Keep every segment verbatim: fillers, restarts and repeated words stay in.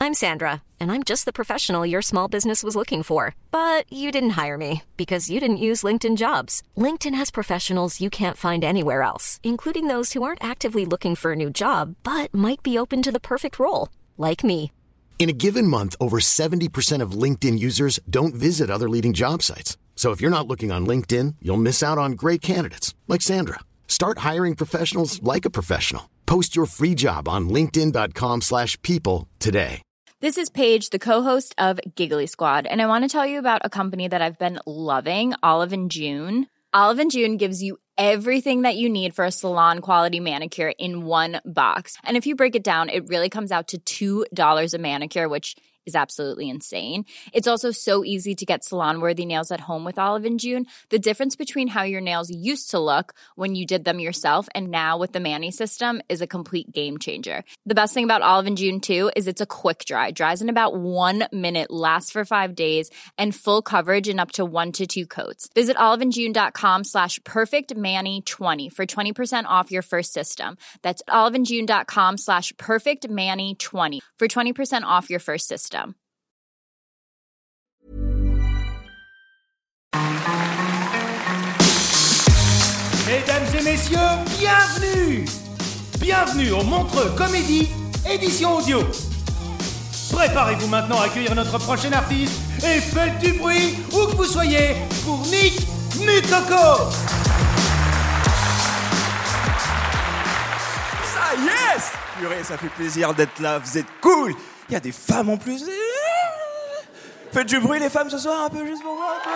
I'm Sandra, and I'm just the professional your small business was looking for. But you didn't hire me because you didn't use LinkedIn Jobs. LinkedIn has professionals you can't find anywhere else, including those who aren't actively looking for a new job, but might be open to the perfect role, like me. In a given month, over seventy percent of LinkedIn users don't visit other leading job sites. So if you're not looking on LinkedIn, you'll miss out on great candidates like Sandra. Start hiring professionals like a professional. Post your free job on linkedin.com slash people today. This is Paige, the co-host of Giggly Squad, and I want to tell you about a company that I've been loving, Olive and June. Olive and June gives you everything that you need for a salon-quality manicure in one box. And if you break it down, it really comes out to two dollars a manicure, which is absolutely insane. It's also so easy to get salon-worthy nails at home with Olive and June. The difference between how your nails used to look when you did them yourself and now with the Mani system is a complete game changer. The best thing about Olive and June, too, is it's a quick dry. Dries in about one minute, lasts for five days, and full coverage in up to one to two coats. Visit oliveandjune.com slash perfectmani20 for twenty percent off your first system. That's oliveandjune.com slash perfectmani20 for twenty percent off your first system. Mesdames et messieurs, bienvenue Bienvenue au Montreux Comédie, édition audio. Préparez-vous maintenant à accueillir notre prochain artiste et faites du bruit où que vous soyez pour Nick Mukoko. Ça, yes Purée, ça fait plaisir d'être là, vous êtes cool. Il y a des femmes en plus. Faites du bruit les femmes ce soir un peu, juste pour voir un peu.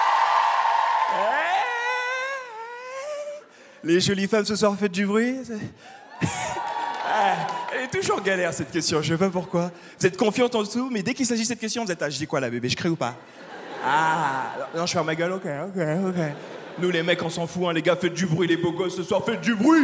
Les jolies femmes ce soir, faites du bruit. Ah, elle est toujours galère cette question, je sais pas pourquoi. Vous êtes confiante en dessous, mais dès qu'il s'agit de cette question, vous êtes ah, je dis quoi là bébé, je crée ou pas? Ah, non, je ferme ma gueule, ok, ok, ok. Nous les mecs on s'en fout, hein, les gars, faites du bruit, les beaux gosses ce soir, faites du bruit.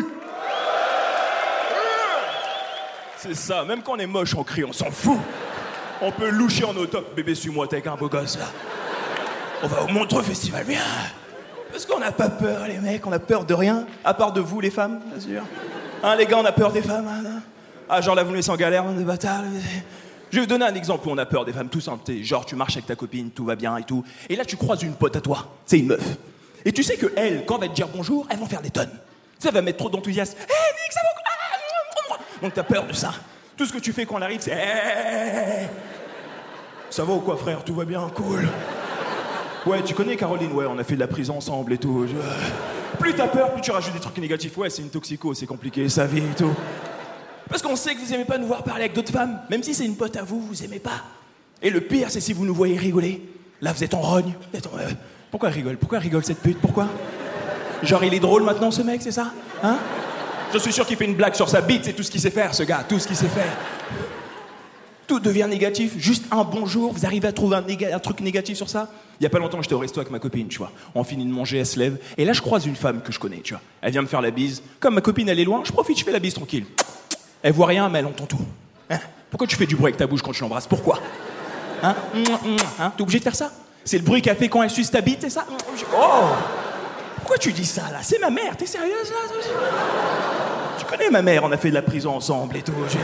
C'est ça, même quand on est moche, on crie, on s'en fout. On peut loucher en auto. Bébé, suis-moi, t'es avec un beau gosse là. On va au Montreux Festival, viens. Parce qu'on n'a pas peur, les mecs, on a peur de rien, à part de vous, les femmes, bien sûr. Hein, les gars, on a peur des femmes, hein. Ah, genre là, vous me laissez en galère, des bâtards. Je vais vous donner un exemple où on a peur des femmes, tout simple. T'es, genre, tu marches avec ta copine, tout va bien et tout. Et là, tu croises une pote à toi, c'est une meuf. Et tu sais que elle, quand elle va te dire bonjour, elles vont faire des tonnes. Ça va mettre trop d'enthousiasme. Hé, hey, Nick, ça va? Donc t'as peur de ça. Tout ce que tu fais quand elle arrive, c'est hey, ça va ou quoi, frère? Tout va bien, cool. Ouais, tu connais Caroline, ouais, on a fait de la prison ensemble et tout. Je... Plus t'as peur, plus tu rajoutes des trucs négatifs. Ouais, c'est une toxico, c'est compliqué, sa vie et tout. Parce qu'on sait que vous aimez pas nous voir parler avec d'autres femmes, même si c'est une pote à vous, vous aimez pas. Et le pire, c'est si vous nous voyez rigoler. Là, vous êtes en rogne. Vous êtes en... Euh... Pourquoi elle rigole? Pourquoi elle rigole cette pute? Pourquoi? Genre, il est drôle maintenant, ce mec, c'est ça? Hein? Je suis sûr qu'il fait une blague sur sa bite, c'est tout ce qu'il sait faire, ce gars, tout ce qu'il sait faire. Tout devient négatif, juste un bonjour, vous arrivez à trouver un, néga- un truc négatif sur ça? Il y a pas longtemps, j'étais au resto avec ma copine, tu vois. On finit de manger, elle se lève, et là, je croise une femme que je connais, tu vois. Elle vient me faire la bise. Comme ma copine, elle est loin, je profite, je fais la bise tranquille. Elle voit rien, mais elle entend tout. Hein? Pourquoi tu fais du bruit avec ta bouche quand tu l'embrasses? Pourquoi? Hein? Hein? T'es obligé de faire ça? C'est le bruit qu'elle fait quand elle suce ta bite, c'est ça? Oh! Pourquoi tu dis ça, là? C'est ma mère, t'es sérieuse, là? Tu connais ma mère, on a fait de la prison ensemble et tout. J'ai...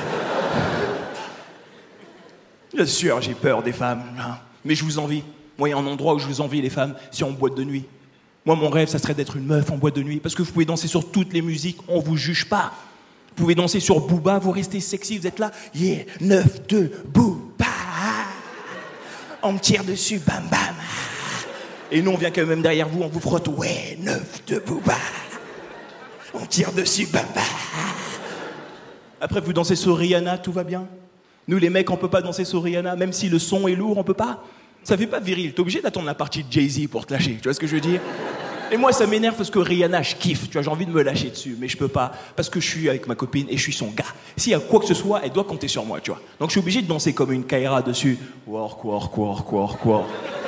Bien sûr, j'ai peur des femmes, hein. Mais je vous envie. Moi, il y a un endroit où je vous envie, les femmes, c'est en boîte de nuit. Moi, mon rêve, ça serait d'être une meuf en boîte de nuit, parce que vous pouvez danser sur toutes les musiques, on vous juge pas. Vous pouvez danser sur Booba, vous restez sexy, vous êtes là, yeah, neuf deux, Booba. On me tire dessus, bam bam. Et nous, on vient quand même derrière vous, on vous frotte, ouais, neuf deux, Booba. On tire dessus, bam bam. Après, vous dansez sur Rihanna, tout va bien. Nous, les mecs, on peut pas danser sur Rihanna, même si le son est lourd, on peut pas. Ça fait pas viril, t'es obligé d'attendre la partie de Jay-Z pour te lâcher, tu vois ce que je veux dire? Et moi, ça m'énerve parce que Rihanna, je kiffe, tu vois, j'ai envie de me lâcher dessus, mais je peux pas, parce que je suis avec ma copine et je suis son gars. S'il y a quoi que ce soit, elle doit compter sur moi, tu vois. Donc je suis obligé de danser comme une Kaira dessus. Work, work, work, work, work.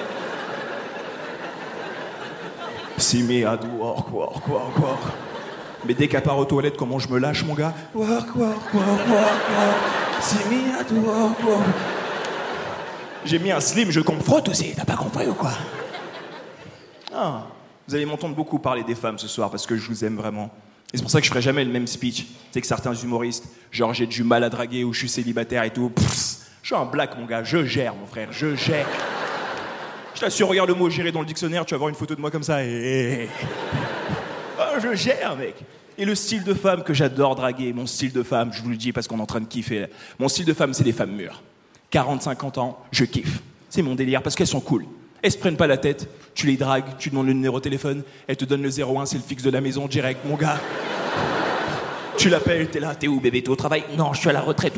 See me, I do work, work, work, work. Mais dès qu'elle part aux toilettes, comment je me lâche, mon gars? Work, work, work, work, work. See me, I do work, work. J'ai mis un slim, je compte frotte aussi, t'as pas compris ou quoi? Ah, vous allez m'entendre beaucoup parler des femmes ce soir parce que je vous aime vraiment. Et c'est pour ça que je ferai jamais le même speech. C'est que certains humoristes, genre j'ai du mal à draguer ou je suis célibataire et tout. Pff, Je suis un black, mon gars, je gère, mon frère, je gère. Je t'assure, regarde le mot gérer dans le dictionnaire, tu vas voir une photo de moi comme ça et... Oh, je gère, mec. Et le style de femme que j'adore draguer, mon style de femme, je vous le dis parce qu'on est en train de kiffer, là. Mon style de femme, c'est des femmes mûres. quarante à cinquante ans, je kiffe. C'est mon délire parce qu'elles sont cool. Elles se prennent pas la tête, tu les dragues, tu demandes le numéro de téléphone, elles te donnent le zéro un, c'est le fixe de la maison, direct, mon gars. Tu l'appelles, t'es là, t'es où bébé, t'es au travail? Non, je suis à la retraite.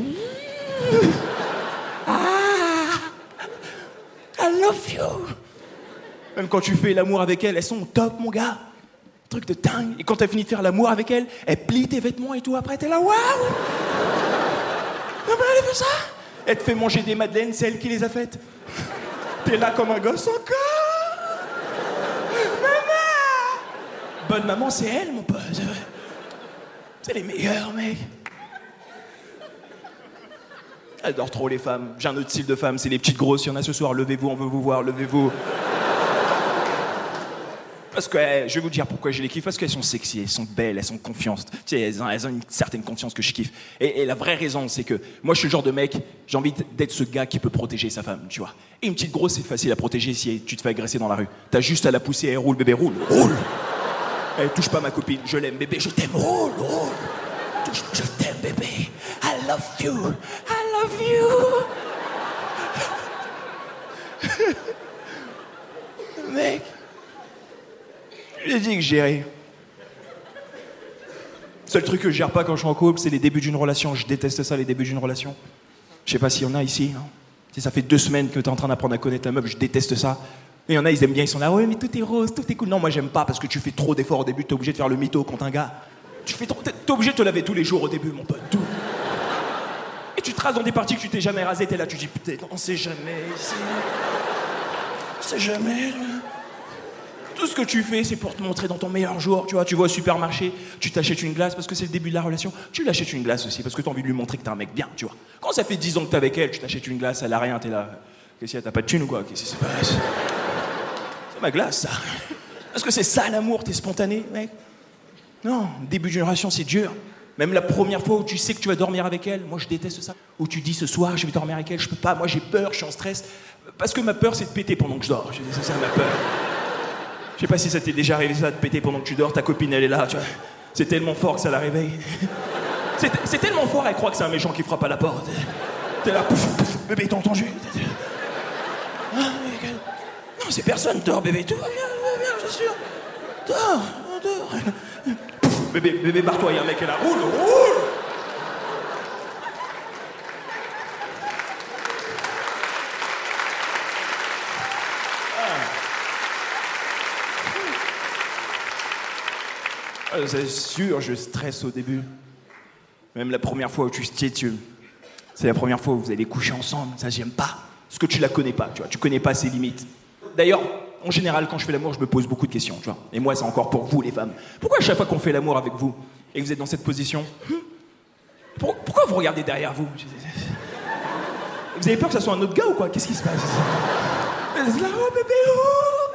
Ah, I love you. Même quand tu fais l'amour avec elles, elles sont au top, mon gars. Truc de dingue. Et quand t'as fini de faire l'amour avec elles, elles plient tes vêtements et tout, après t'es là, waouh. Comment elle fait ça? Elle te fait manger des madeleines, c'est elle qui les a faites. T'es là comme un gosse encore. Maman. Bonne maman, c'est elle, mon pote. C'est les meilleurs, mec. J'adore trop les femmes. J'ai un autre style de femme, c'est les petites grosses. Il y en a ce soir, levez-vous, on veut vous voir, levez-vous. Parce que, eh, je vais vous dire pourquoi je les kiffe. Parce qu'elles sont sexy, elles sont belles, elles sont confiantes. Tu sais, elles ont, elles ont une certaine confiance que je kiffe. Et, et la vraie raison, c'est que moi, je suis le genre de mec, j'ai envie d'être ce gars qui peut protéger sa femme, tu vois. Et une petite grosse, c'est facile à protéger si tu te fais agresser dans la rue. T'as juste à la pousser, elle roule, bébé, roule, roule. Elle touche pas ma copine, je l'aime, bébé, je t'aime, roule, roule. Touche, je t'aime, bébé. I love you, I love you. Mec. J'ai dit que je gérais. Seul truc que je gère pas quand je suis en couple, c'est les débuts d'une relation. Je déteste ça, les débuts d'une relation. Je sais pas s'il y en a ici. Hein. Si ça fait deux semaines que t'es en train d'apprendre à connaître la meuf, je déteste ça. Et il y en a, ils aiment bien, ils sont là, ouais, mais tout est rose, tout est cool. Non, moi j'aime pas parce que tu fais trop d'efforts au début, t'es obligé de faire le mytho contre un gars. Tu fais trop, t'es, t'es obligé de te laver tous les jours au début, mon pote, tout. Et tu te rases dans des parties que tu t'es jamais rasé, t'es là, tu dis, putain, on sait jamais ici. On sait jamais. Tout ce que tu fais, c'est pour te montrer dans ton meilleur jour. Tu vois, tu vas au supermarché, tu t'achètes une glace parce que c'est le début de la relation. Tu l'achètes une glace aussi parce que t'as envie de lui montrer que t'es un mec bien, tu vois. Quand ça fait dix ans que t'es avec elle, tu t'achètes une glace, elle a rien, t'es là. Qu'est-ce qu'il y a, t'as pas de thune ou quoi? Qu'est-ce que c'est pas... C'est ma glace, ça. Parce que c'est ça l'amour, t'es spontané, mec. Non, début d'une relation, c'est dur. Même la première fois où tu sais que tu vas dormir avec elle, moi je déteste ça. Où tu dis ce soir, je vais dormir avec elle, je peux pas, moi j'ai peur, je suis en stress. Parce que ma peur, c'est de péter pendant que je dors. C'est ça ma peur. Je sais pas si ça t'est déjà arrivé ça, de péter pendant que tu dors, ta copine elle est là, tu vois. C'est tellement fort que ça la réveille. C'est, c'est tellement fort, elle croit que c'est un méchant qui frappe à la porte. T'es là, pouf, pouf, bébé, t'as entendu? Ah, mais... Non, c'est personne, dors bébé, tout va bien, tout va bien, je suis sûr. Dors, dors. Pouf, bébé, bébé, barre-toi, y'a un mec qui est là, roule, roule. C'est sûr, je stresse au début. Même la première fois où tu tu, tu c'est la première fois où vous allez coucher ensemble. Ça, j'aime pas. Parce que tu la connais pas, tu vois. Tu connais pas ses limites. D'ailleurs, en général, quand je fais l'amour, je me pose beaucoup de questions, tu vois. Et moi, c'est encore pour vous, les femmes. Pourquoi à chaque fois qu'on fait l'amour avec vous et que vous êtes dans cette position, pour, pourquoi vous regardez derrière vous? Vous avez peur que ça soit un autre gars ou quoi? Qu'est-ce qui se passe? Là, oh bébé, oh!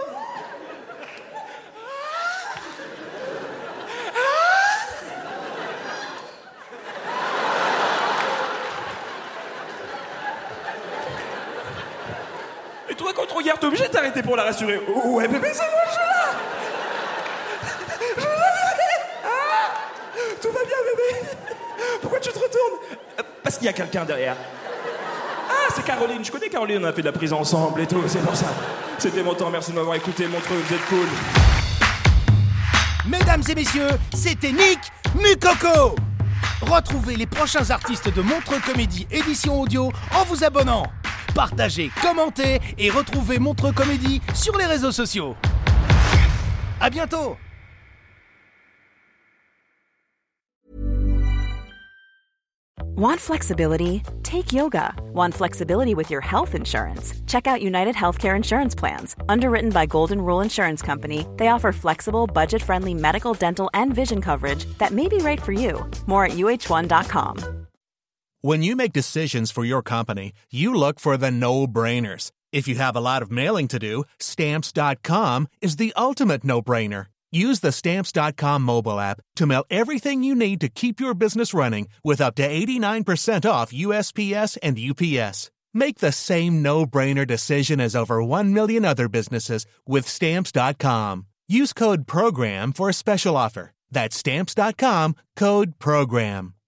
Regarde, t'es obligé de t'arrêter pour la rassurer. Oh, ouais, bébé, c'est moi, je suis là. Je suis là, ah, tout va bien, bébé. Pourquoi tu te retournes? Parce qu'il y a quelqu'un derrière. Ah, c'est Caroline. Je connais Caroline, on a fait de la prise ensemble et tout, c'est pour ça. C'était mon temps, merci de m'avoir écouté. Montreux, vous êtes cool. Mesdames et messieurs, c'était Nick Mukoko. Retrouvez les prochains artistes de Montreux Comédie édition audio en vous abonnant. Partagez, commentez et retrouvez Montreux Comédie sur les réseaux sociaux. À bientôt. Want flexibility? Take yoga. Want flexibility with your health insurance? Check out United Healthcare Insurance Plans. Underwritten by Golden Rule Insurance Company, they offer flexible, budget-friendly medical, dental, and vision coverage that may be right for you. More at U H one dot com. When you make decisions for your company, you look for the no-brainers. If you have a lot of mailing to do, Stamps dot com is the ultimate no-brainer. Use the Stamps dot com mobile app to mail everything you need to keep your business running with up to eighty-nine percent off U S P S and U P S. Make the same no-brainer decision as over one million other businesses with Stamps dot com. Use code PROGRAM for a special offer. That's Stamps dot com, code PROGRAM.